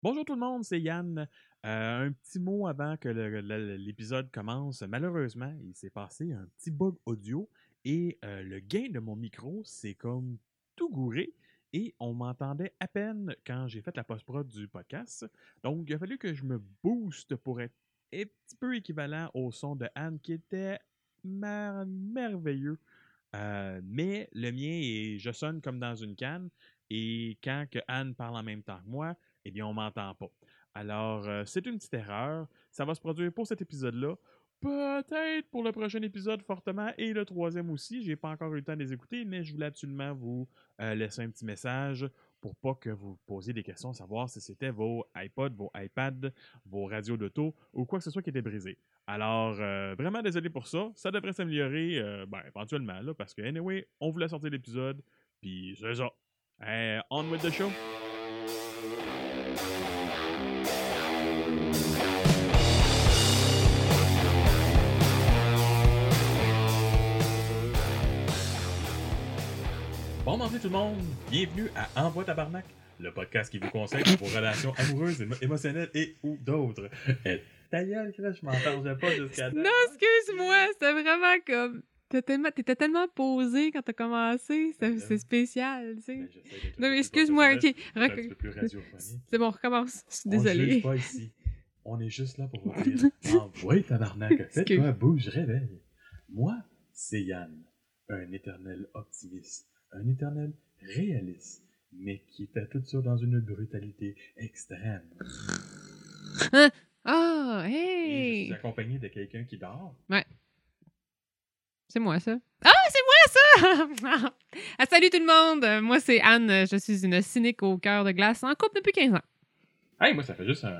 Bonjour tout le monde, c'est Yann. Un petit mot avant que l'épisode commence. Malheureusement, il s'est passé un petit bug audio et le gain de mon micro, c'est comme tout gouré et on m'entendait à peine quand j'ai fait la post-prod du podcast. Donc, il a fallu que je me booste pour être un petit peu équivalent au son de Anne qui était merveilleux. Mais le mien est je sonne comme dans une canne et quand que Anne parle en même temps que moi, eh bien, on m'entend pas. Alors, c'est une petite erreur. Ça va se produire pour cet épisode-là. Peut-être pour le prochain épisode fortement et le troisième aussi. J'ai pas encore eu le temps de les écouter, mais je voulais absolument vous laisser un petit message pour pas que vous posiez des questions, savoir si c'était vos iPods, vos iPads, vos radios d'auto ou quoi que ce soit qui était brisé. Alors, vraiment désolé pour ça. Ça devrait s'améliorer éventuellement, là, parce que, anyway, on voulait sortir l'épisode, puis c'est ça. On with the show. Bon mardi tout le monde, bienvenue à Envoi Tabarnak, le podcast qui vous conseille vos relations amoureuses, émotionnelles et ou d'autres. Ta gueule, je m'entendais pas jusqu'à Non, excuse-moi, c'était vraiment comme... T'étais tellement posé quand t'as commencé, c'est spécial, tu sais. Non, mais excuse-moi, ok. Un petit peu plus radiophonique. C'est bon, recommence. Je suis On désolée. juge pas ici. On est juste là pour vous dire envoie tabarnak, fais-toi, bouge, réveille. Moi, c'est Yann, un éternel optimiste, un éternel réaliste, mais qui fait tout ça dans une brutalité extrême. Ah, Et je hey! suis accompagné de quelqu'un qui dort. Ouais. C'est moi, ça. Ah, c'est moi, ça! Ah, salut tout le monde! Moi, c'est Anne. Je suis une cynique au cœur de glace en couple depuis 15 ans. Hey, moi, ça fait juste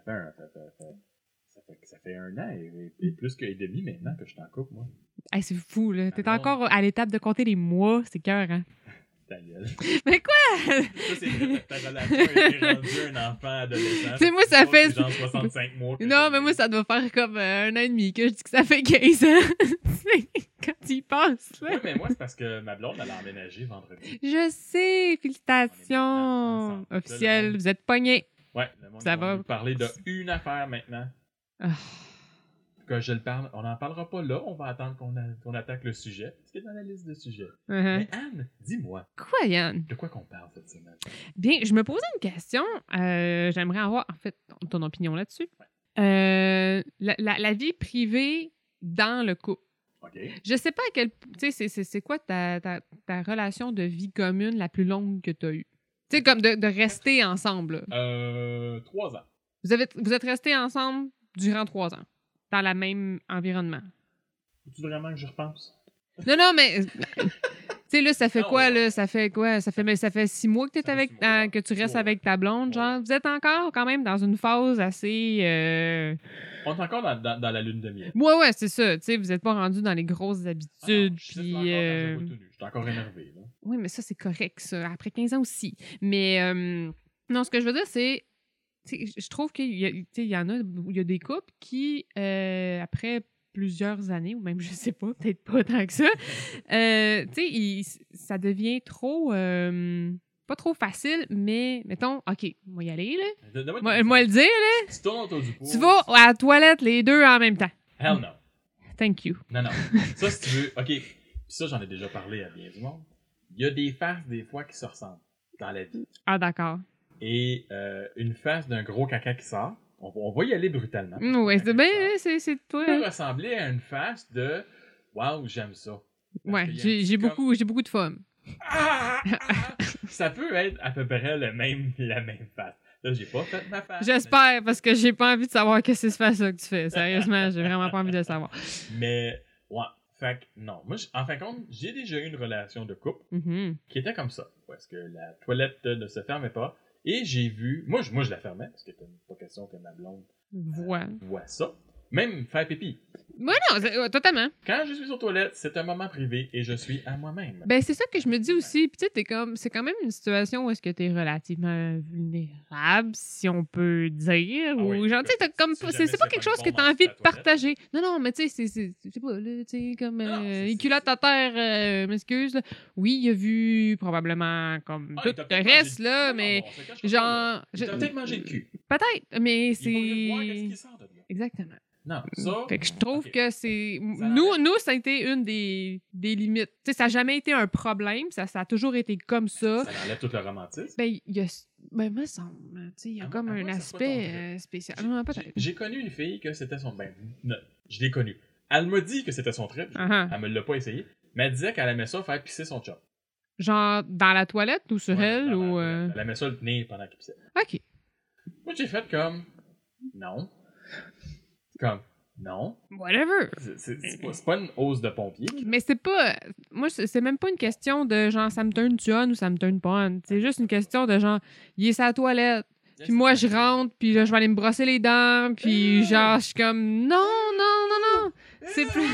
ça fait un an et plus que demi maintenant que je suis en couple, moi. Hey, c'est fou, là. T'es Ah, encore à l'étape de compter les mois. C'est cœur, hein? Ta gueule. Mais quoi? Ça, c'est vrai, ta relation a été rendue un enfant adolescent. Tu sais, moi, ça fait... Genre 65 mois. Non, mais moi, ça doit faire comme un an et demi que je dis que ça fait 15 ans. Quand tu y penses, là. Oui, mais moi, c'est parce que ma blonde, elle a emménagé vendredi. Je sais, On est félicitations. ensemble. Officiel, Là, vous êtes pognés. Ouais, le monde Ça va va. nous parler de une affaire maintenant. Ah. Que je le parle. On n'en parlera pas là, on va attendre qu'on attaque le sujet. Ce qui est dans la liste de sujets. Mais Anne, dis-moi. Quoi, Yann? De quoi qu'on parle cette semaine? Bien, je me posais une question. J'aimerais avoir, en fait, ton opinion là-dessus. Ouais. La vie privée dans le couple. OK. Je sais pas à quel... Tu sais, c'est quoi ta relation de vie commune la plus longue que tu as eue? Tu sais, comme de rester ensemble. 3 ans. Vous êtes restés ensemble durant 3 ans, dans le même environnement. Veux-tu vraiment que je repense? Non, mais... Tu sais, là, ça fait Non, quoi, ouais. là? Ça fait quoi? Ça fait 6 mois que t'es Ça fait avec... 6 mois, que tu restes 6 mois, avec ta blonde, genre. Ouais. Vous êtes encore, quand même, dans une phase assez... On est encore dans la lune de miel. Ouais, c'est ça. Tu sais, vous êtes pas rendu dans les grosses habitudes, Je suis puis... encore dans un bout tenu. Je suis encore énervé, là. Oui, mais ça, c'est correct, ça. Après 15 ans aussi. Mais... non, ce que je veux dire, c'est... Je trouve qu'il y a, il y en a, il y a des couples qui, après plusieurs années, ou même, je sais pas, peut-être pas tant que ça, ça devient trop, pas trop facile, mais, mettons, OK, moi y aller, là. Moi le dire, là. Tu tournes autour du pot. Tu vas à la toilette les deux en même temps. Hell no. Thank you. Non. Ça, si tu veux... OK. Puis ça, j'en ai déjà parlé à bien du monde. Il y a des faces, des fois, qui se ressemblent dans la vie. Ah, d'accord. Et une face d'un gros caca qui sort. On va y aller brutalement. Ouais, c'est toi. Ça peut ressembler à une face de « Wow, j'aime ça ». Ouais, j'ai beaucoup de fun. Ça peut être à peu près la même face. Là, j'ai pas fait ma face. J'espère, parce que j'ai pas envie de savoir qu'est-ce que c'est ça que tu fais. Sérieusement, j'ai vraiment pas envie de le savoir. Mais, ouais. Fait que, non. Moi, en fin de compte, j'ai déjà eu une relation de couple qui était comme ça. Où est-ce que la toilette ne se fermait pas. Et j'ai vu... Moi, je la fermais, parce qu'il n'était pas question que ma blonde voit ça. Même faire pipi. Ouais, non, totalement. Quand je suis aux toilettes, c'est un moment privé et je suis à moi-même. Ben, c'est ça que je me dis aussi. Puis, tu sais, c'est quand même une situation où est-ce que t'es relativement vulnérable, si on peut dire. Ah ou oui, genre, tu sais, t'as comme. si jamais C'est pas c'est quelque pas une chose que bombe t'as en envie dessous de de la toilette. partager. Non, mais tu sais, je sais pas, là, tu sais, comme. Non, Les culottes à terre, m'excuse, là. Oui, il a vu probablement comme Ah, tout il t'a le peut-être reste, mangé- là, Non, mais bon, on se le cachera pas, là. genre. Il t'a peut-être mangé le cul. Peut-être, mais Il faut juste voir qu'est-ce c'est. qui sort de là. Exactement. Non, ça... Fait que je trouve ok. que c'est. Ça Nous, ça a été une des limites. Tu sais, ça n'a jamais été un problème. Ça a toujours été comme ça. Ça enlève tout le romantisme. Ben, il y a. Ben, me semble. Tu sais, il y a À comme moi un que ça soit aspect ton trait. spécial. Non, peut-être. J'ai connu une fille que c'était son... Ben, non, je l'ai connue. Elle m'a dit que c'était son trip. Uh-huh. Elle me l'a pas essayé. Mais elle disait qu'elle aimait ça faire pisser son chum. Genre, dans la toilette ou sur Ouais, elle ou. Elle aimait ça le tenir pendant qu'il pissait. Ok. Moi, j'ai fait comme... Non. Comme... Non. Whatever. C'est pas une hausse de pompier. Mais c'est pas. Moi, c'est même pas une question de genre, ça me turn tu on ou ça me turn pas on. C'est juste une question de genre, il est sa toilette. Puis moi, je rentre, puis là, je vais aller me brosser les dents, puis genre, je suis comme, non, non, non, non. C'est plus.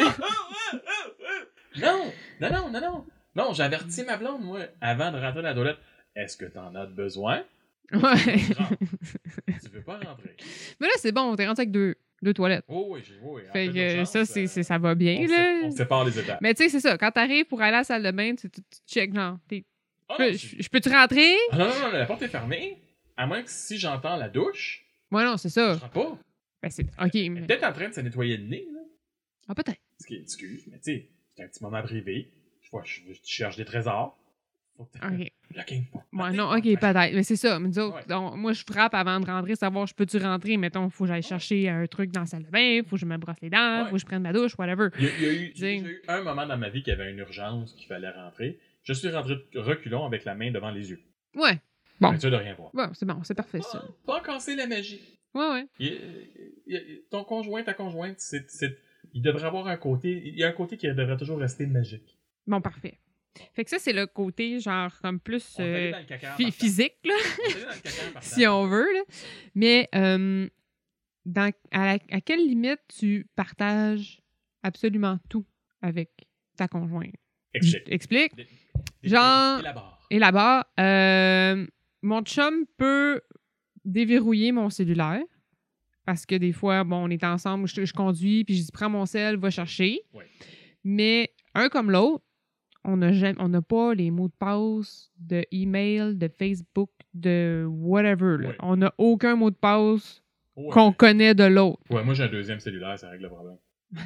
Non, Non, j'avertis ma blonde, moi, avant de rentrer dans la toilette. Est-ce que t'en as besoin? Ouais. Tu veux pas rentrer? Mais là, c'est bon, t'es rentré avec deux toilettes. Oh oui, oui. En Fait cas que d'urgence, ça, ça va bien, là. On sépare les étapes. Mais tu sais, c'est ça. Quand t'arrives pour aller à la salle de bain, tu check, genre, Oh, non, je peux-tu rentrer? Ah, non, la porte est fermée. À moins que si j'entends la douche, Ouais, non, c'est je ça. rentre pas. Ben, c'est. Ok, Elle est mais. peut-être en train de se nettoyer le nez, là. Ah, peut-être. Ce qui est excuse, mais tu sais, c'est un petit moment privé. Je cherche des trésors. Faut que Ok. le king. Ouais, non, ok, peut-être. Mais c'est ça. Mais nous autres, moi, je frappe avant de rentrer, savoir je peux-tu rentrer. Mettons, faut que j'aille chercher un truc dans la salle de bain, faut que je me brosse les dents, faut que je prenne ma douche, whatever. J'ai eu un moment dans ma vie qu'il y avait une urgence qu'il fallait rentrer. Je suis rentré reculons avec la main devant les yeux. Ouais. Bon. Bien sûr de rien voir. Ouais, c'est bon, c'est parfait, ça. Pas casser la magie. Ouais. Ton conjoint, ta conjointe, il devrait avoir un côté. Il y a un côté qui devrait toujours rester magique. Bon, parfait. Fait que ça, c'est le côté, genre, comme plus On est allé dans le caca physique, là. On est allé dans le caca en si on veut, là. Mais, à quelle limite tu partages absolument tout avec ta conjointe? Explique. Genre, élabore. Mon chum peut déverrouiller mon cellulaire parce que des fois, bon, on est ensemble, je conduis, puis je dis prends mon sel, va chercher. Ouais. Mais un comme l'autre, on n'a pas les mots de passe de email, de Facebook, de whatever. Là. Ouais. On n'a aucun mot de passe qu'on connaît de l'autre. Ouais, moi j'ai un deuxième cellulaire, ça règle le problème.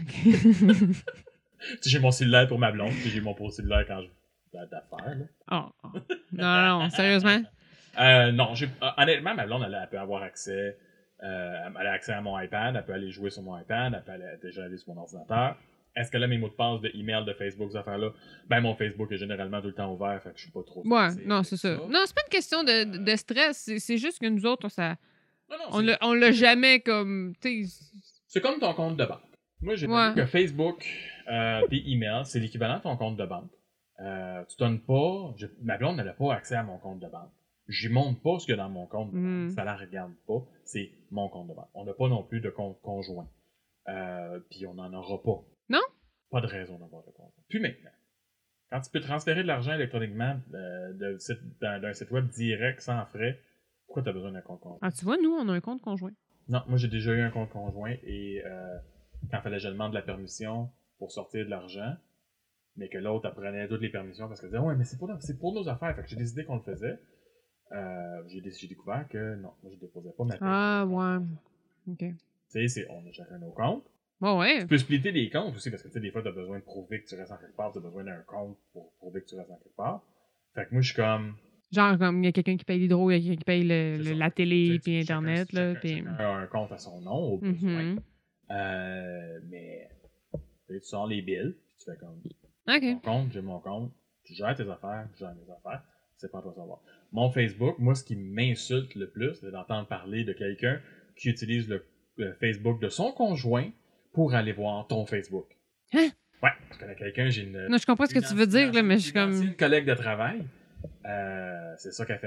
J'ai mon cellulaire pour ma blonde, puis j'ai mon pauvre cellulaire quand je d'affaires. Oh. Non, sérieusement? Non, honnêtement, ma blonde, elle peut avoir accès. Elle a accès à mon iPad, elle peut aller jouer sur mon iPad, elle peut déjà aller sur mon ordinateur. Est-ce qu'elle a mes mots de passe de email, de Facebook, ces affaires-là? Ben, mon Facebook est généralement tout le temps ouvert, fait que je suis pas trop ouais, non, c'est ça. Non, c'est pas une question de stress, c'est juste que nous autres, on l'a jamais comme. C'est comme ton compte de banque. Moi, j'ai vu que Facebook puis email, c'est l'équivalent de ton compte de banque. Tu donnes pas. Ma blonde n'a pas accès à mon compte de banque. J'y montre pas ce qu'il y a dans mon compte de banque. Ça la regarde pas. C'est mon compte de banque. On n'a pas non plus de compte conjoint. Puis on n'en aura pas. Non? Pas de raison d'avoir de compte. Puis maintenant, quand tu peux transférer de l'argent électroniquement d'un site web direct sans frais, pourquoi tu as besoin d'un compte conjoint? Ah, tu vois, nous, on a un compte conjoint. Non, moi j'ai déjà eu un compte conjoint et quand il fallait que je demande la permission pour sortir de l'argent, mais que l'autre apprenait toutes les permissions parce qu'elle disait ouais, mais c'est pour nos affaires. Fait que j'ai décidé qu'on le faisait. J'ai découvert que non, moi je déposais pas ma paie. Ah, ouais. Ok. Tu sais, on a chacun nos comptes. Ouais. Tu peux splitter des comptes aussi parce que tu sais, des fois, tu as besoin de prouver que tu restes en quelque part, tu as besoin d'un compte pour prouver que tu restes en quelque part. Fait que moi, je suis comme. Genre, comme il y a quelqu'un qui paye l'hydro, il y a quelqu'un qui paye la télé puis Internet. Chacun a un compte à son nom, au besoin. Mais tu sors les billes, puis tu fais comme. OK. J'ai mon compte, tu gères tes affaires, je gère mes affaires. C'est pas à toi de savoir. Mon Facebook, moi, ce qui m'insulte le plus, c'est d'entendre parler de quelqu'un qui utilise le Facebook de son conjoint pour aller voir ton Facebook. Hein? Ouais, je connais quelqu'un, j'ai une. Non, je comprends ce que tu veux dire, là, mais je suis comme. Une collègue de travail, c'est ça qu'elle fait.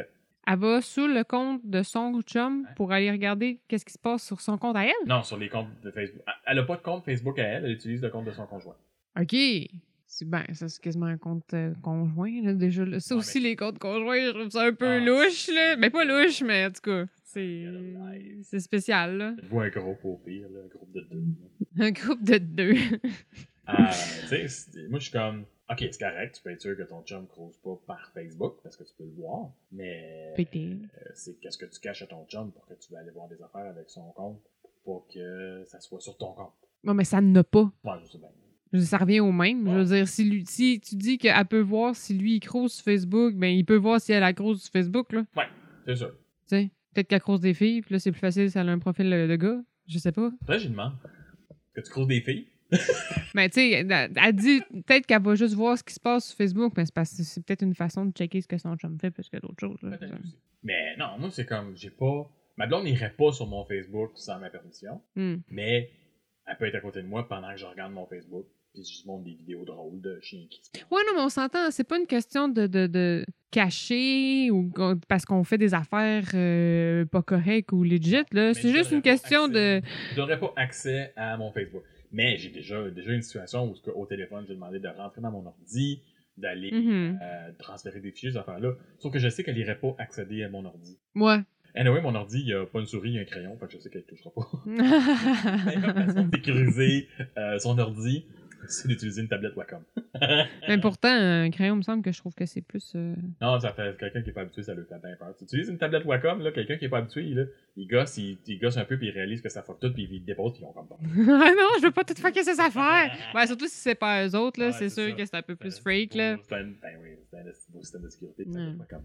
elle va sur le compte de son chum pour aller regarder qu'est-ce qui se passe sur son compte à elle? Non, sur les comptes de Facebook. Elle a pas de compte Facebook à elle utilise le compte de son conjoint. OK. Ça, c'est quasiment un compte conjoint, là, déjà. Là. Ça aussi, les comptes conjoints, je trouve ça un peu louche, là. Mais pas louche, mais en tout cas, c'est spécial, là. Vous un groupe au pire, là, un groupe de 2. Un groupe de 2. Tu sais, moi, je suis comme... OK, c'est correct, tu peux être sûr que ton chum crouse pas par Facebook, parce que tu peux le voir, mais... c'est qu'est-ce que tu caches à ton chum pour que tu vas aller voir des affaires avec son compte, pour que ça soit sur ton compte. Non, mais ça ne pas. Ouais, je sais bien. Ça revient au même. Ouais. Je veux dire, si tu dis qu'elle peut voir si lui, il crouse sur Facebook, ben il peut voir si elle a crouse sur Facebook, là. Ouais, c'est sûr. Tu sais, peut-être qu'elle crouse des filles, puis là, c'est plus facile si elle a un profil de gars. Je sais pas. Là, j'ai demandé. Que tu creuses des filles? Mais tu sais, elle dit peut-être qu'elle va juste voir ce qui se passe sur Facebook, mais c'est parce que c'est peut-être une façon de checker ce que son chum fait plus que d'autres choses. Là, peut-être aussi. Mais non, moi, c'est comme, j'ai pas... Ma blonde n'irait pas sur mon Facebook sans ma permission, mais elle peut être à côté de moi pendant que je regarde mon Facebook, puis je montre des vidéos drôles de chiens qui se... Ouais, non, mais on s'entend, c'est pas une question de cacher ou parce qu'on fait des affaires pas correctes ou legit, là. C'est juste une question de... Je n'aurais pas accès à mon Facebook. Mais j'ai déjà une situation où au téléphone, j'ai demandé de rentrer dans mon ordi, d'aller transférer des fichiers, ces affaires-là. Sauf que je sais qu'elle irait pas accéder à mon ordi. Ouais. Anyway, mon ordi, il n'y a pas une souris, il y a un crayon, fait que je sais qu'elle ne touchera pas. La meilleure façon de sécuriser son ordi, c'est d'utiliser une tablette Wacom. Mais pourtant, un crayon, me semble que je trouve que c'est plus... Non, ça fait quelqu'un qui n'est pas habitué, ça lui fait bien peur. Tu utilises une tablette Wacom, là, quelqu'un qui n'est pas habitué, là, il gosse un peu, puis il réalise que ça fuck tout, puis il dépose, puis ils ont comme pas. Ah non, je veux pas tout fucker ces affaires! Ben, surtout si c'est pas eux autres, là, ouais, c'est sûr ça. Que c'est un peu plus freak, là. C'est un beau système de sécurité, Wacom.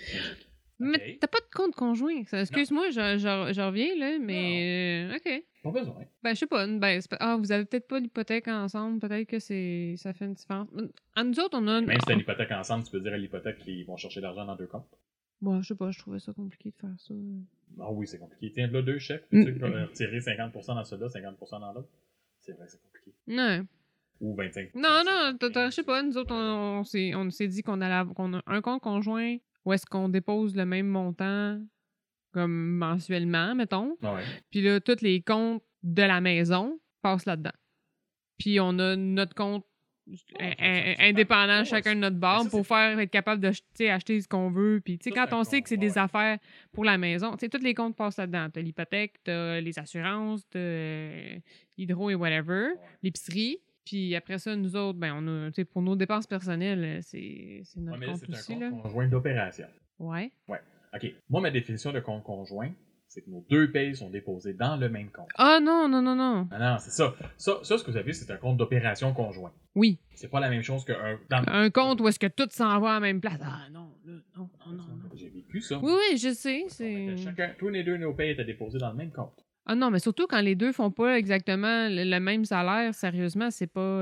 Mais t'as pas de compte conjoint. Excuse-moi, je reviens, là, mais... OK. Pas besoin. Ben, je sais pas. Vous avez peut-être pas l'hypothèque ensemble. Peut-être que ça fait une différence. À nous autres, on a... Même si t'as l'hypothèque ensemble, tu peux dire à l'hypothèque qu'ils vont chercher l'argent dans 2 comptes. Bon, je sais pas, je trouvais ça compliqué de faire ça. Ah oui, c'est compliqué. Tiens, là, 2 chèques, puis tu retirer 50% dans celui-là, 50% dans l'autre. C'est vrai que c'est compliqué. Non. Ou 25%. Non, je sais pas. Nous autres, on s'est dit qu'on a un compte conjoint où est-ce qu'on dépose le même montant comme mensuellement, mettons. Ouais. Puis là, tous les comptes de la maison passent là-dedans. Puis on a notre compte indépendant chacun de notre bord pour être capable d'acheter ce qu'on veut. Puis quand on sait que c'est des affaires pour la maison, tous les comptes passent là-dedans. T'as l'hypothèque, t'as les assurances, t'as hydro et whatever, l'épicerie. Puis après ça, nous autres, ben on a, pour nos dépenses personnelles, c'est notre compte aussi. C'est un compte conjoint d'opération. Ouais. OK. Moi, ma définition de compte conjoint, c'est que nos 2 payes sont déposées dans le même compte. Ah non. Ah non, c'est ça. Ça, ce que vous avez, c'est un compte d'opération conjoint. Oui. C'est pas la même chose qu'un... Un compte où est-ce que tout s'en va à la même place. Ah non. J'ai vécu ça. Oui, je sais. Tous les 2, nos payes étaient déposées dans le même compte. Ah non, mais surtout quand les deux font pas exactement le même salaire, sérieusement, c'est pas...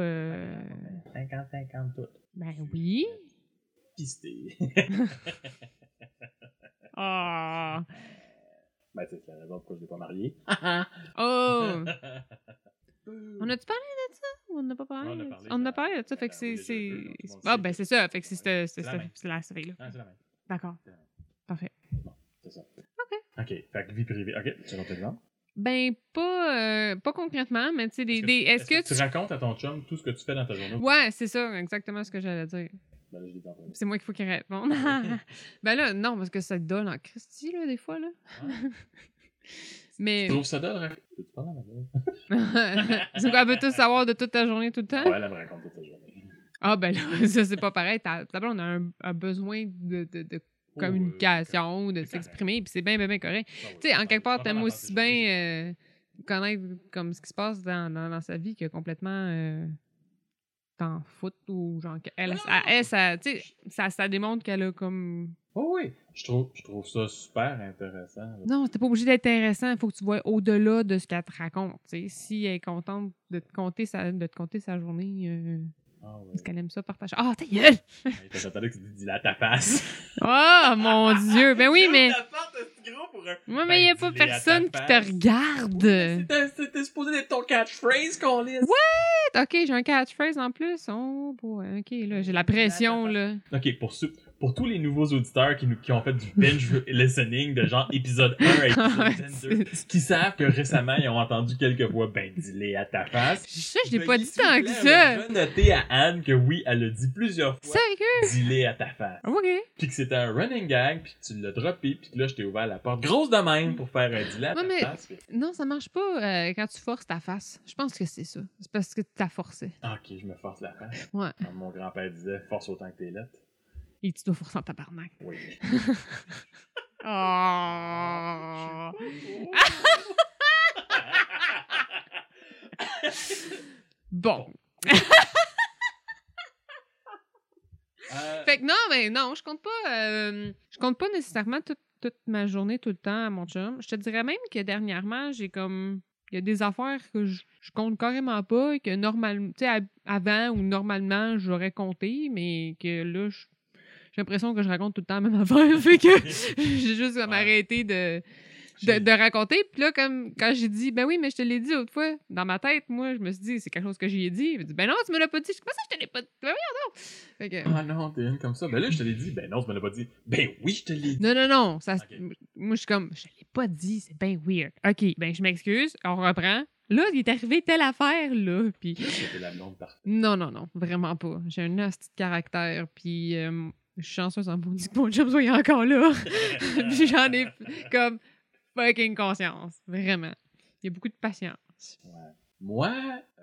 50-50 tout. Ben oui. Pisté. Ah. Ben, c'est la raison pourquoi je l'ai pas marié. Oh! On a-tu parlé de ça? Ou on n'a pas parlé? On en a parlé de ça, fait que c'est... Ah, ben c'est ça, fait que c'est la fille-là. Ah, c'est la même. D'accord. Parfait. Bon, c'est ça. OK, fait que vie privée. OK, tu as un autre exemple? Ben, pas concrètement, mais tu sais, est-ce que tu racontes à ton chum tout ce que tu fais dans ta journée? Ouais, c'est ça, exactement ce que j'allais dire. Ben là, je l'ai dit en premier. C'est moi qu'il faut qu'il réponde. Ben là, non, parce que ça te donne en Christie, là, des fois, là. Mais... Tu trouves ça donne? Tu parles à ma gueule? C'est quoi, elle veut tout savoir de toute ta journée, tout le temps? Ouais, elle me raconte toute ta journée. Ah, ben là, ça, c'est pas pareil. D'abord, on a un besoin de communication, de s'exprimer, puis c'est bien correct. Tu sais, en quelque part, t'aimes aussi bien connaître comme ce qui se passe dans sa vie que complètement t'en foutre ou genre elle ça démontre qu'elle a comme... Oh oui, je trouve ça super intéressant. Là. Non, c'était pas obligé d'être intéressant, il faut que tu vois au-delà de ce qu'elle te raconte. T'sais. Si elle est contente de te conter sa journée... Est-ce qu'elle aime ça partager? Ah, ta gueule! J'attendais que tu dis là ta face. Oh, mon Dieu! Ben oui, mais... Moi, mais il n'y a pas personne qui te regarde. C'était supposé être ton catchphrase qu'on lit. Ouais! OK, j'ai un catchphrase en plus. Oh, boy. OK, là, j'ai la pression, là. OK, pour pour tous les nouveaux auditeurs qui ont fait du binge listening de genre épisode 1 à épisode 22, qui savent que récemment ils ont entendu quelques fois dis-les à ta face. Ça, je l'ai pas dit S'il vous tant plaît, que ça. Je vais noter à Anne que oui, elle l'a dit plusieurs fois. Sérieux? Dis-les à ta face. Ok. Puis que c'était un running gag, puis que tu l'as droppé, puis que là, je t'ai ouvert la porte grosse de même pour faire un dis-les à Ouais, ta mais- face. Non, ça marche pas quand tu forces ta face. Je pense que c'est ça. C'est parce que tu t'as forcé. Ok, je me force la face. Ouais. Comme mon grand-père disait, force autant que t'es lettre. Et tu dois forcer en tabarnak. Oui. Oh. Bon. Fait que non, mais non, je compte pas nécessairement toute ma journée, tout le temps à mon chum. Je te dirais même que dernièrement, il y a des affaires que je compte carrément pas et que normalement, tu sais, avant ou normalement, j'aurais compté, mais que là, j'ai l'impression que je raconte tout le temps la même affaire. Fait que j'ai juste comme arrêté de raconter. Puis là, comme quand j'ai dit, ben oui, mais je te l'ai dit l'autre fois, dans ma tête, moi, je me suis dit, c'est quelque chose que j'y ai dit. Il m'a dit, ben non, tu me l'as pas dit. Comment ça, je te l'ai pas dit? Ben oui, non. Fait que... Ah non, t'es une comme ça. Ben là, je te l'ai dit. Ben non, tu me l'as pas dit. Ben oui, je te l'ai dit. Non. Ça, Ok. moi, je suis comme, je l'ai pas dit, c'est bien weird. OK, ben je m'excuse, on reprend. Là, il est arrivé telle affaire, là. Puis C'était la blonde parfaite. non, vraiment pas. J'ai un petit caractère, puis je suis chanceuse en maudit que mon chum soit encore là. Puis j'en ai comme fucking conscience, vraiment. Il y a beaucoup de patience. Ouais. Moi,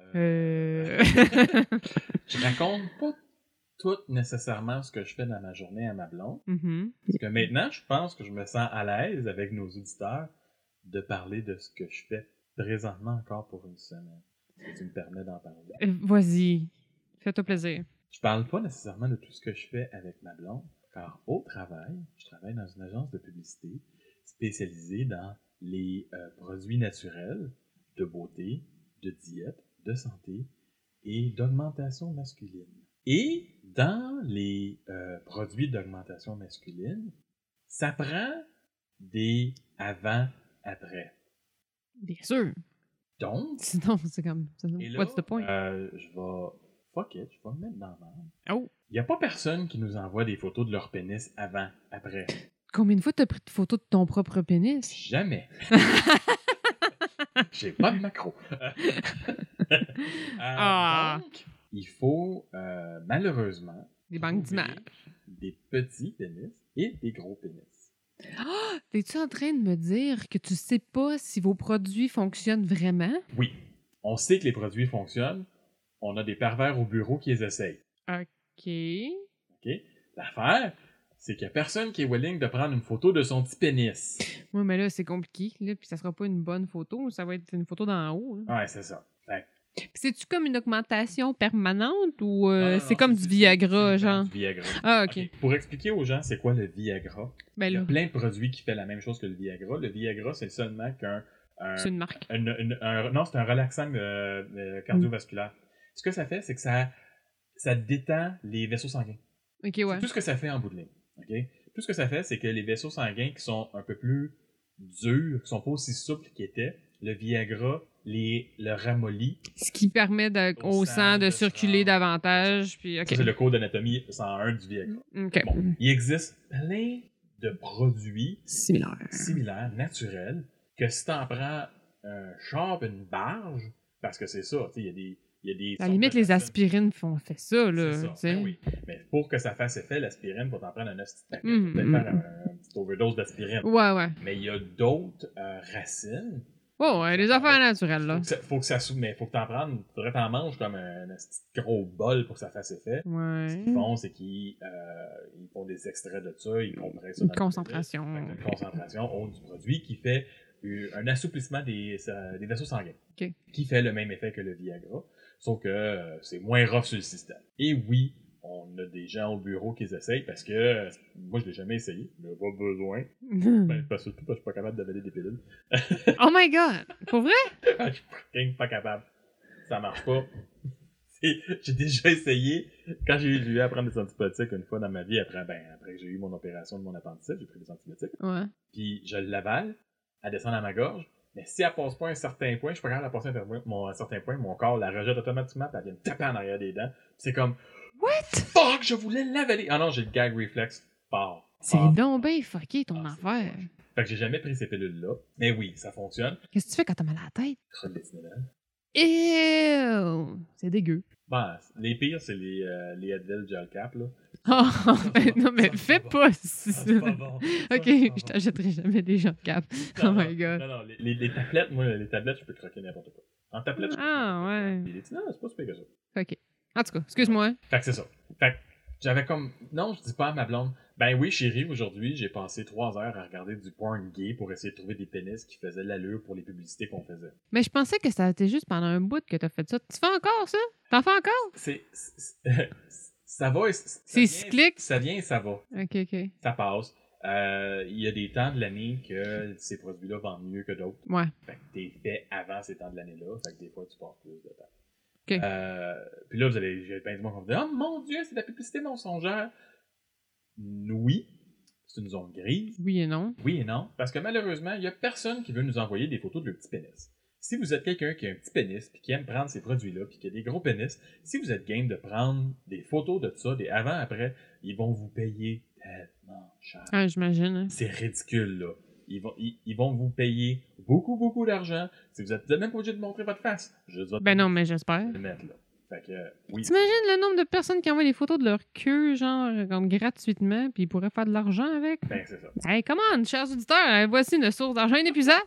je raconte pas tout nécessairement ce que je fais dans ma journée à ma blonde. Mhm. Parce que maintenant, je pense que je me sens à l'aise avec nos auditeurs de parler de ce que je fais présentement encore pour une semaine. Si tu me permets d'en parler. Vas-y, fais-toi plaisir. Je parle pas nécessairement de tout ce que je fais avec ma blonde, car au travail, je travaille dans une agence de publicité spécialisée dans les produits naturels de beauté, de diète, de santé et d'augmentation masculine. Et dans les produits d'augmentation masculine, ça prend des avant-après. Bien sûr. Donc, Sinon, c'est comme, et là, what's the point? je vais... Fuck it, je vais me mettre dans la merde. Oh, Il n'y a pas personne qui nous envoie des photos de leur pénis avant, après. combien de fois t'as pris de photos de ton propre pénis? Jamais. J'ai pas de macro. Ah. Donc, il faut malheureusement Des banques trouver d'images. des petits pénis et des gros pénis. T'es-tu en train de me dire que tu sais pas si vos produits fonctionnent vraiment? Oui, on sait que les produits fonctionnent. On a des pervers au bureau qui les essayent. OK. OK? L'affaire, c'est qu'il n'y a personne qui est willing de prendre une photo de son petit pénis. Oui, mais là, c'est compliqué, là, puis ça sera pas une bonne photo, ça va être une photo d'en haut. Là. Ouais, c'est ça. Fait que- Puis c'est-tu comme une augmentation permanente ou Non, non, c'est non, comme du Viagra, genre? Du Viagra. Ah, OK. Ok, pour expliquer aux gens c'est quoi le Viagra, Ben il y a là, plein de produits qui font la même chose que le Viagra. Le Viagra, c'est seulement c'est une marque. non, c'est un relaxant cardiovasculaire. Ce que ça fait, c'est que ça détend les vaisseaux sanguins. OK, C'est ouais. tout ce que ça fait en bout de ligne. ok? Tout ce que ça fait, c'est que les vaisseaux sanguins qui sont un peu plus durs, qui sont pas aussi souples qu'ils étaient, le Viagra le ramollit. Ce qui permet au sang de circuler davantage, puis OK. Ça, c'est le code d'anatomie 101 du Viagra. OK. Bon, il existe plein de produits Similaire. naturels, que si t'en prends un char et une barge, parce que c'est ça, tu sais, il y a des... À la limite, les aspirines fait ça, là. C'est ça, tu sais. ben oui. Mais pour que ça fasse effet, l'aspirine, faut t'en prendre un petit paquet. Mhm, Faut peut-être mhm. faire un petit overdose d'aspirine. Ouais. Mais il y a d'autres racines. Ouais, les affaires naturelles, là. Faut que ça mais faut que t'en prennes, faudrait t'en manges comme un petit gros bol pour que ça fasse effet. Ce Ouais. qu'ils font, c'est qu'ils font des extraits de ça, ils compressent ça Une dans le concentration. liquide. Fait que une concentration haute du produit qui fait un assouplissement des vaisseaux sanguins. OK. Qui fait le même effet que le Viagra, sauf que c'est moins rough sur le système. Et oui, on a des gens au bureau qui les essayent parce que moi je l'ai jamais essayé, je n'ai pas besoin. Ben, surtout parce que je suis pas capable d'avaler des pilules. Oh my god! Pour vrai? Je suis fucking pas capable. Ça marche pas. J'ai déjà essayé, quand j'ai eu à prendre des antibiotiques une fois dans ma vie, après que j'ai eu mon opération de mon appendicite, j'ai pris des antibiotiques, Ouais. puis je l'avale, elle descend dans ma gorge, mais si elle passe pas un certain point, je suis pas capable de passer un certain point, mon corps la rejette automatiquement, puis elle vient me taper en arrière des dents, puis c'est comme, What? fuck, je voulais l'avaler! Ah non, j'ai le gag reflex. fort. C'est fort. donc bien fucké ton Ah, c'est affaire. poche. Fait que j'ai jamais pris ces pilules-là. Mais oui, ça fonctionne. Qu'est-ce que tu fais quand t'as mal à la tête? Crotte d'Étinolène. Ew! C'est dégueu. Ben, les pires, c'est les Advil Gel Cap, là. Oh, ben, non, mais Ça, fais c'est pas Ah, ça. c'est pas bon. Ça, Ok, c'est pas je bon. t'achèterai jamais des gens de cap. Oh Non, my god. Non, les tablettes, moi, les tablettes, je peux croquer n'importe quoi. En tablette, je peux Ah, croquer ouais. n'importe quoi. Les Tylenol, c'est pas super que ça. Ok. En tout cas, excuse-moi. Fait que c'est ça. Fait que j'avais comme... Non, je dis pas à ma blonde, ben oui, chérie, aujourd'hui, j'ai passé 3 heures à regarder du porn gay pour essayer de trouver des pénis qui faisaient l'allure pour les publicités qu'on faisait. Mais je pensais que ça a été juste pendant un bout que t'as fait ça. Tu fais encore ça? T'en fais encore? Ça va et ça C'est vient, cyclique? Ça vient et ça va. Ok, ok. Ça passe. Il y a des temps de l'année que ces produits-là vendent mieux que d'autres. Ouais. Fait que t'es fait avant ces temps de l'année-là. Fait que des fois, tu passes plus de temps. Ok. Puis là, j'ai plein de monde qui me dit « Oh mon Dieu, c'est de la publicité mensongère! » Oui, c'est une zone grise. Oui et non. Oui et non. Parce que malheureusement, il y a personne qui veut nous envoyer des photos de leur petit pénis. Si vous êtes quelqu'un qui a un petit pénis puis qui aime prendre ces produits-là puis qui a des gros pénis, si vous êtes game de prendre des photos de ça, des avant-après, ils vont vous payer tellement cher. Ah, j'imagine. Hein. C'est ridicule, là. Ils vont vous payer beaucoup, beaucoup d'argent. Si vous êtes même pas obligé de montrer votre face. Juste votre Ben non, pénis. mais j'espère. Le mettre, là. Fait que, oui. T'imagines le nombre de personnes qui envoient des photos de leur queue, genre, comme gratuitement, puis ils pourraient faire de l'argent avec? Ben, c'est ça. Hey, come on, chers auditeurs, voici une source d'argent inépuisable.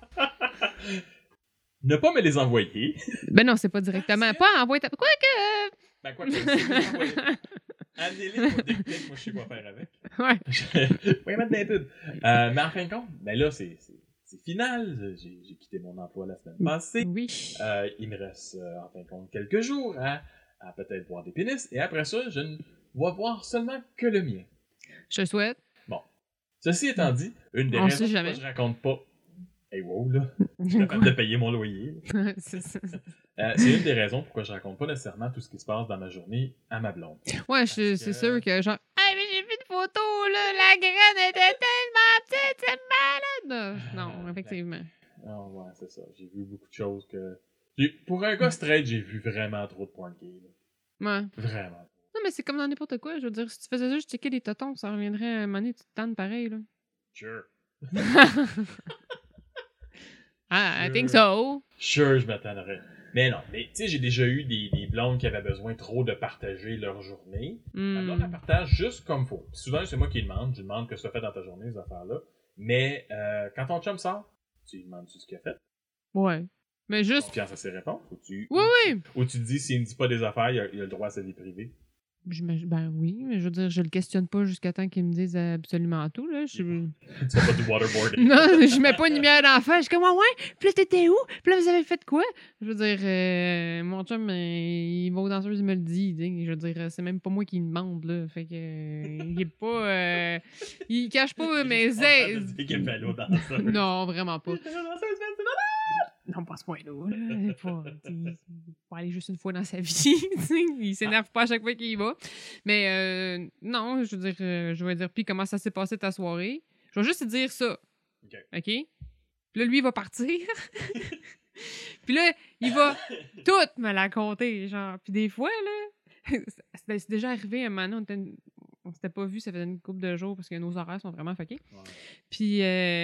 Ne pas me les envoyer. Ben non, c'est pas directement. Pas envoyer ta... Quoi que... Ben, quoi que si vous les envoyez, amenez-les pour des pics, moi je sais quoi faire avec. Ouais. Oui, mettre des pubs. Mais en fin de compte, ben là, c'est final. J'ai quitté mon emploi la semaine passée. Oui. Il me reste, en fin de compte, quelques jours à peut-être voir des pénis. Et après ça, je ne vais voir seulement que le mien. Je te souhaite. Bon. Ceci étant dit, une des On raisons sait pourquoi jamais. je raconte pas... Hey, wow, là. Je suis capable de payer mon loyer. C'est ça. C'est une des raisons pourquoi je raconte pas nécessairement tout ce qui se passe dans ma journée à ma blonde. Ouais, que- c'est sûr que genre... Hey, mais j'ai vu une photo, là, la graine était tellement petite, c'est malade! Non, effectivement. Ah ouais, c'est ça. J'ai vu beaucoup de choses que... Pour un gars straight, j'ai vu vraiment trop de porn gay. Là. Ouais. Vraiment. Non, mais c'est comme dans n'importe quoi. Je veux dire, si tu faisais juste checker les totons, ça reviendrait à un moment donné, tu te tannes pareil, là. Sure. I think so. Sure, je m'attendrais. Mais non, mais tu sais, j'ai déjà eu des blondes qui avaient besoin trop de partager leur journée. Ma blonde, elle partage juste comme faut. Puis souvent, c'est moi qui demande. Je lui demande que ça fait dans ta journée, ces affaires-là. Mais quand ton chum sort, tu lui demandes ce qu'il a fait. Ouais. Mais juste... Confiance à ses réponses. Oui, oui. Ou tu te dis, s'il ne dit pas des affaires, il a le droit à sa vie privée. Ben oui, mais je veux dire, je le questionne pas jusqu'à temps qu'il me dise absolument tout, là. Tu fais pas du waterboarding. Non, je mets pas une lumière d'en face. Je suis comme, ouais, puis là, t'étais où? Puis là, vous avez fait quoi? Je veux dire, mon chum, il va aux danseuses, il me le dit. Je veux dire, c'est même pas moi qui le demande, là. Fait que, il est pas... il cache pas mes aides. Non, vraiment pas. Non, pas à ce point-là. Là. Pas aller juste une fois dans sa vie. Il s'énerve pas à chaque fois qu'il y va. Mais non, je veux dire, je vais dire, puis comment ça s'est passé ta soirée? Je vais juste te dire ça. OK? Puis là, lui, il va partir. Puis là, il va tout me la compter, genre. Puis des fois, là, c'est déjà arrivé un moment donné, on s'était pas vu, ça faisait une couple de jours parce que nos horaires sont vraiment fuckés. Ouais. Puis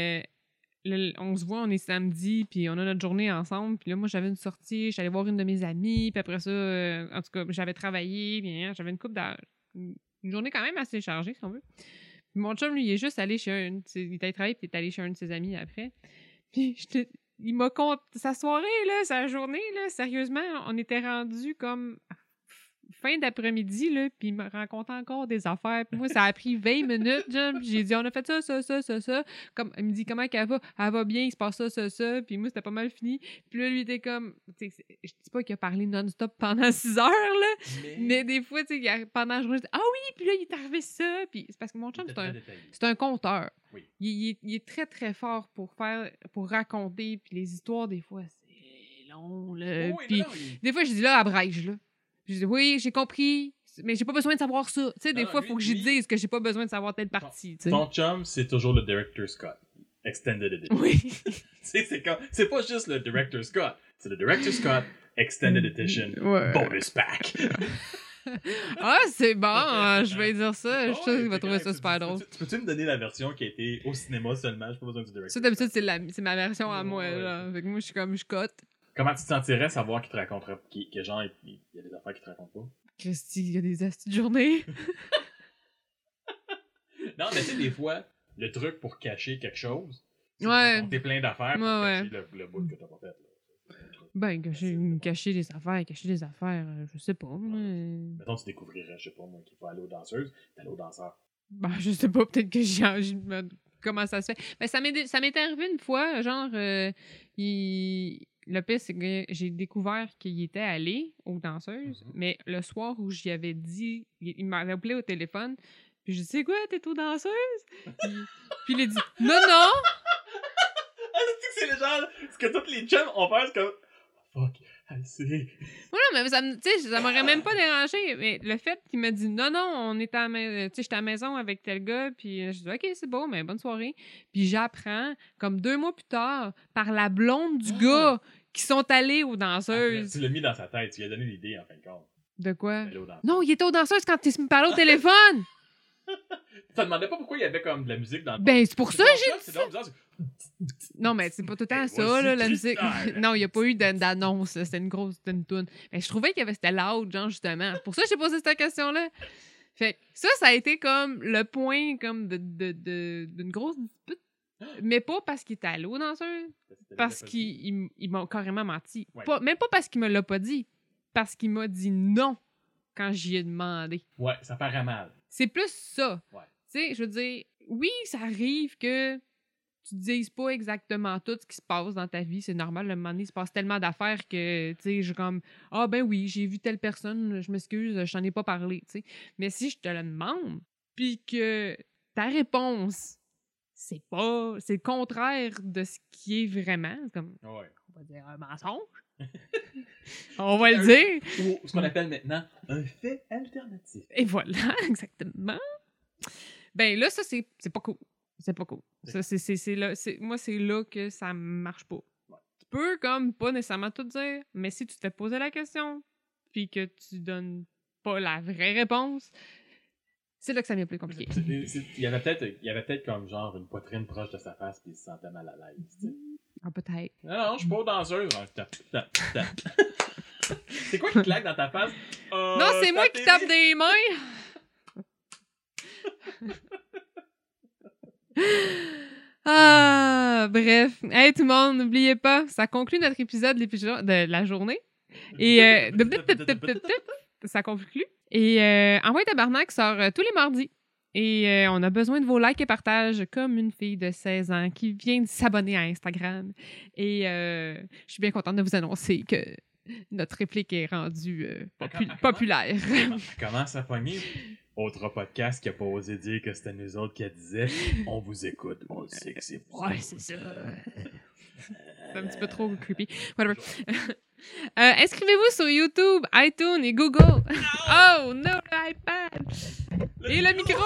on se voit, on est samedi, puis on a notre journée ensemble. Puis là, moi, j'avais une sortie, j'allais voir une de mes amies, puis après ça, en tout cas, j'avais travaillé, bien, j'avais une journée quand même assez chargée, si on veut. Puis mon chum, lui, il est juste allé chez il était travaillé, puis il est allé chez un de ses amis après. Puis il m'a conté sa soirée, là, sa journée, là, sérieusement, on était rendus comme fin d'après-midi, là, puis il me racontait encore des affaires. Puis moi, ça a pris 20 minutes, genre, puis j'ai dit, on a fait ça. Comme, il me dit, comment qu'elle va? Elle va bien, il se passe ça. Puis moi, c'était pas mal fini. Puis là, lui, était comme, je dis pas qu'il a parlé non-stop pendant 6 heures, là, mais des fois, tu sais, pendant la journée, ah oui, puis là, il est arrivé ça. Puis c'est parce que mon chum, c'est un conteur. Oui. Il est très, très fort pour raconter, puis les histoires, des fois, c'est long, là. Oh, puis des fois, je dis, là, abrège, là. Je dis, oui, j'ai compris, mais j'ai pas besoin de savoir ça. Tu sais, des fois, il faut que je dise que j'ai pas besoin de savoir telle partie. Ton chum, c'est toujours le Director's Cut. Extended Edition. Oui. c'est pas juste le Director's Cut. C'est le Director's Cut, Extended Edition, ouais. Bonus Pack. Ah, c'est bon, je vais dire ça. Je suis sûre qu'il va trouver ça super drôle. Peux-tu me donner la version qui a été au cinéma seulement? J'ai pas besoin du directeur. Ça, d'habitude, c'est ma version à moi. Là. Fait que moi, je suis comme, je cote. Comment tu te sentirais savoir qu'il te raconterait, que genre, il y a des affaires qu'il te raconte pas? Christy, il y a des astuces de journée. Non, mais tu sais, des fois, le truc pour cacher quelque chose, c'est de Ouais. raconter plein d'affaires pour Ouais, cacher le bout que t'as pas fait. Là. Ben, cacher des affaires, je sais pas. Mais... Mettons, tu découvrirais, je sais pas moi, qu'il faut aller aux danseuses, t'allais aux danseurs. Ben, je sais pas, peut-être que comment ça se fait. Ben, ça m'est arrivé une fois, genre, le pire, c'est que j'ai découvert qu'il était allé aux danseuses, mais le soir où j'y avais dit, il m'avait appelé au téléphone, puis je dis, c'est quoi, t'es aux danseuses? Puis il a dit, non! Ah, c'est le genre, ce que tous les chums ont fait, c'est comme, fuck, elle sait. Ouais, mais ça m'aurait même pas dérangé. Mais le fait qu'il m'a dit non, on est à la maison, j'étais à la maison avec tel gars, puis je dis ok, c'est beau, mais bonne soirée. Puis j'apprends, comme 2 mois plus tard, par la blonde du gars qui sont allés aux danseuses. Tu l'as mis dans sa tête, tu lui as donné l'idée en fin de compte. De quoi? D'aller aux danseuses. Non, il était aux danseuses quand il me parlait au téléphone! Tu te demandais pas pourquoi il y avait comme de la musique dans le Ben, c'est pour ça que j'ai dit c'est ça! bizarre, Non, mais c'est pas tout le temps Et ça, voici là, la musique. Tristan. Non, il n'y a pas eu d'annonce, là. C'était une toune. Mais je trouvais qu'il y avait, c'était loud, genre, justement. C'est pour ça que j'ai posé cette question-là. Fait que ça a été comme le point comme d'une grosse dispute. Mais pas parce qu'il était allé aux danseuses, parce qu'il m'a carrément menti. Ouais. Même pas parce qu'il me l'a pas dit, parce qu'il m'a dit non quand j'y ai demandé. Ouais, ça paraît mal. C'est plus ça. Ouais. Tu sais, je veux dire, oui, ça arrive que tu te dises pas exactement tout ce qui se passe dans ta vie. C'est normal, le moment donné, il se passe tellement d'affaires que, tu sais, je comme, ah ben oui, j'ai vu telle personne, je m'excuse, je t'en ai pas parlé, tu sais. Mais si je te le demande, puis que ta réponse, c'est le contraire de ce qui est vraiment, c'est comme, Ouais. on va dire un mensonge. On va le dire. Ou ce qu'on appelle maintenant un fait alternatif. Et voilà, exactement. Ben là, ça, c'est pas cool. C'est pas cool. Ça, moi, c'est là que ça marche pas. Ouais. Tu peux, comme, pas nécessairement tout dire, mais si tu te fais poser la question, puis que tu donnes pas la vraie réponse, c'est là que ça devient plus compliqué. Il y avait peut-être comme genre une poitrine proche de sa face puis il se sentait mal à l'aise, tu sais. Ah, peut-être. Non, je suis pas aux danseuses. Tape. C'est quoi qui claque dans ta face? Non, c'est moi qui tape des mains! Ah, bref. Hey, tout le monde, n'oubliez pas, ça conclut notre épisode de la journée. Et ça conclut. Et Envoie Tabarnak sort tous les mardis. Et on a besoin de vos likes et partages comme une fille de 16 ans qui vient de s'abonner à Instagram. Et je suis bien contente de vous annoncer que notre réplique est rendue populaire. Comment ça pogner? Autre podcast qui a pas osé dire que c'était nous autres qui a disait on vous écoute, on le sait que c'est vous. Ouais, c'est ça. C'est un petit peu trop creepy. Whatever. Inscrivez-vous sur YouTube, iTunes et Google. Oh no, l'iPad! Et le micro!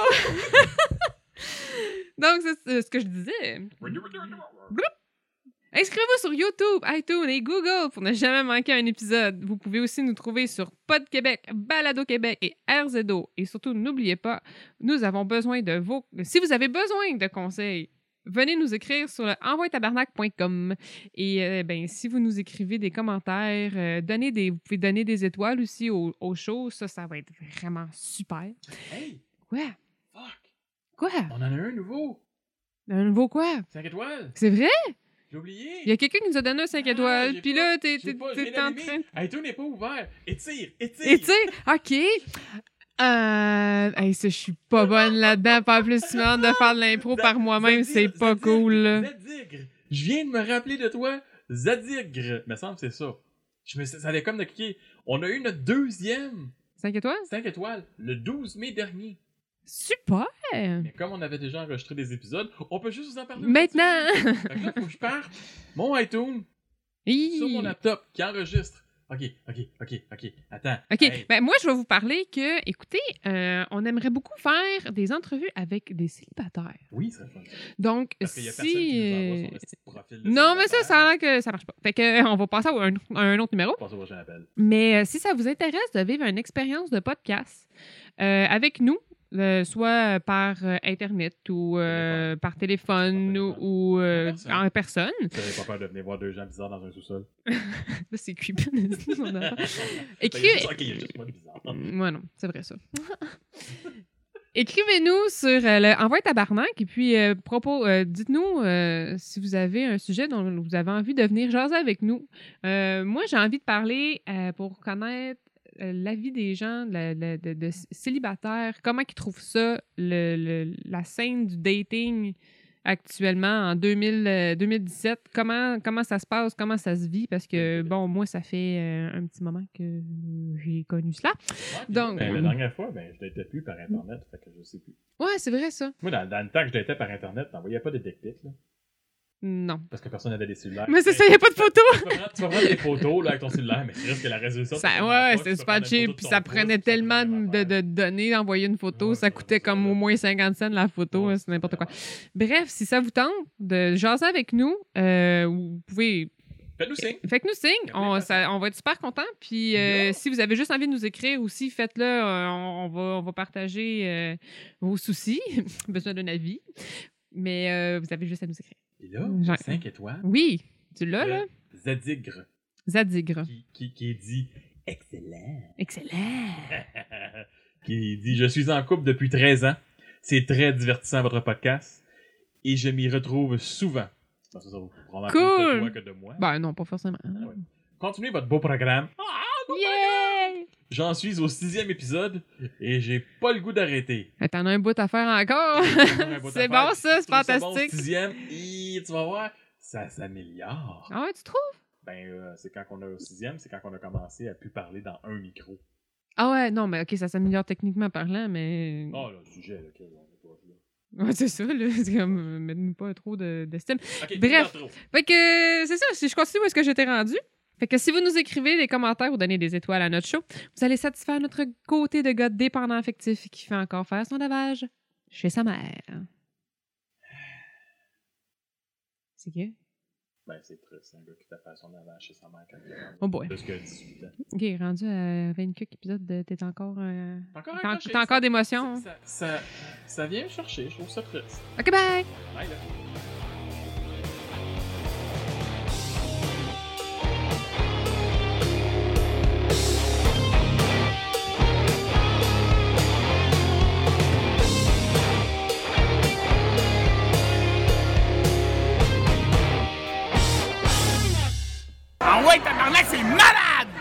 Donc, c'est ce que je disais. Inscrivez-vous sur YouTube, iTunes et Google pour ne jamais manquer un épisode. Vous pouvez aussi nous trouver sur Pod Québec, Balado Québec et RZO. Et surtout, n'oubliez pas, nous avons besoin de vos... Si vous avez besoin de conseils, venez nous écrire sur le envoyetabarnak.com. Et si vous nous écrivez des commentaires, vous pouvez donner des étoiles aussi au show. Ça va être vraiment super. Hey! Quoi? Fuck! Quoi? On en a un nouveau! Un nouveau quoi? 5 étoiles! C'est vrai? J'ai oublié! Il y a quelqu'un qui nous a donné un 5 étoiles, puis là, t'es en train... iTunes n'est pas ouvert! Étire! OK. Hey, ça, je suis pas bonne là-dedans. Pas plus souvent de faire de l'impro par moi-même, c'est pas cool, là. Zadigre! Je viens de me rappeler de toi. Zadigre! Me semble que c'est ça. Ça avait comme de cliquer. On a eu notre 2e 5 étoiles? 5 étoiles le 12 mai dernier. Super! Mais comme on avait déjà enregistré des épisodes, on peut juste vous en parler. Maintenant! Fait que là, faut que je parte mon iTunes sur mon laptop qui enregistre. OK. Attends. OK. Hey. Ben, moi, je vais vous parler que, écoutez, on aimerait beaucoup faire des entrevues avec des célibataires. Oui, ça serait fun. Donc, Parce qu'il y a si... personne qui nous envoie son petit profil de Non, mais ça célibataire. a l'air que ça marche pas. Fait que, on va passer à un autre numéro. On passe au prochain appel. Mais si ça vous intéresse de vivre une expérience de podcast avec nous, soit par Internet ou par téléphone ou en personne. Vous n'avez pas peur de venir voir deux gens bizarres dans un sous-sol? Là, c'est creepy. on a... Il y a juste moi de bizarre. Ouais, non, c'est vrai ça. Écrivez-nous sur Envoie Tabarnak et puis dites-nous si vous avez un sujet dont vous avez envie de venir jaser avec nous. Moi, j'ai envie de parler pour connaître l'avis des gens de célibataires, comment ils trouvent ça, la scène du dating actuellement en 2017, comment ça se passe, comment ça se vit, parce que, bon, moi, ça fait un petit moment que j'ai connu cela. Ouais, Donc, la dernière fois, je datais plus par Internet, fait que je sais plus. Ouais, c'est vrai, ça. Moi, dans le temps que je datais par Internet, t'envoyais pas de dick pics, là. Non. Parce que personne n'avait des cellulaires. Mais c'est ça, il n'y a pas de photos! Tu vas prendre des photos là, avec ton cellulaire, mais c'est juste que la résolution... Ouais, c'était super cheap, puis ça prenait tellement de données d'envoyer une photo, Ouais, ça coûtait comme au moins 50 cents la photo, Ouais, c'est n'importe quoi. Bref, si ça vous tente de jaser avec nous, vous pouvez... Faites-nous signe. Faites-nous signe, on va être super contents. Puis si vous avez juste envie de nous écrire aussi, faites-le, on va partager vos soucis, besoin d'un avis, mais vous avez juste à nous écrire. Et là, 5 étoiles. Oui, tu l'as, là? Zadigre. Zadigre. Qui dit « Excellent ». Excellent. Qui dit « Je suis en couple depuis 13 ans. C'est très divertissant, votre podcast. Et je m'y retrouve souvent. » Ça vous prend plus de toi que de moi. Ben non, pas forcément. Ah ouais. Continuez votre beau programme. Yeah! J'en suis au 6e épisode et j'ai pas le goût d'arrêter. T'en as un bout à faire encore. C'est bon, ça, c'est fantastique. Bon, 6e, et tu vas voir, ça s'améliore. Ah ouais, tu trouves? C'est quand on est au 6e, c'est quand on a commencé à plus parler dans un micro. Ah ouais, non, mais OK, ça s'améliore techniquement parlant, mais... Oh, le sujet, lequel on est pas là. Ouais, c'est ça, là. C'est comme, mettez-nous pas trop d'estime. Okay, bref, fait que c'est ça, si je continue où est-ce que j'étais rendu. Fait que si vous nous écrivez des commentaires ou donnez des étoiles à notre show, vous allez satisfaire notre côté de gars dépendant affectif qui fait encore faire son lavage chez sa mère. C'est que? C'est triste, un gars qui fait faire son lavage chez sa mère quand il est oh boy. plus que 18 ans. OK, rendu à 24 épisodes, t'es encore... Encore t'as encore d'émotions. Ça vient me chercher, je trouve ça triste. OK, bye! Bye, là. Ah ouais, tabarnak, c'est malade!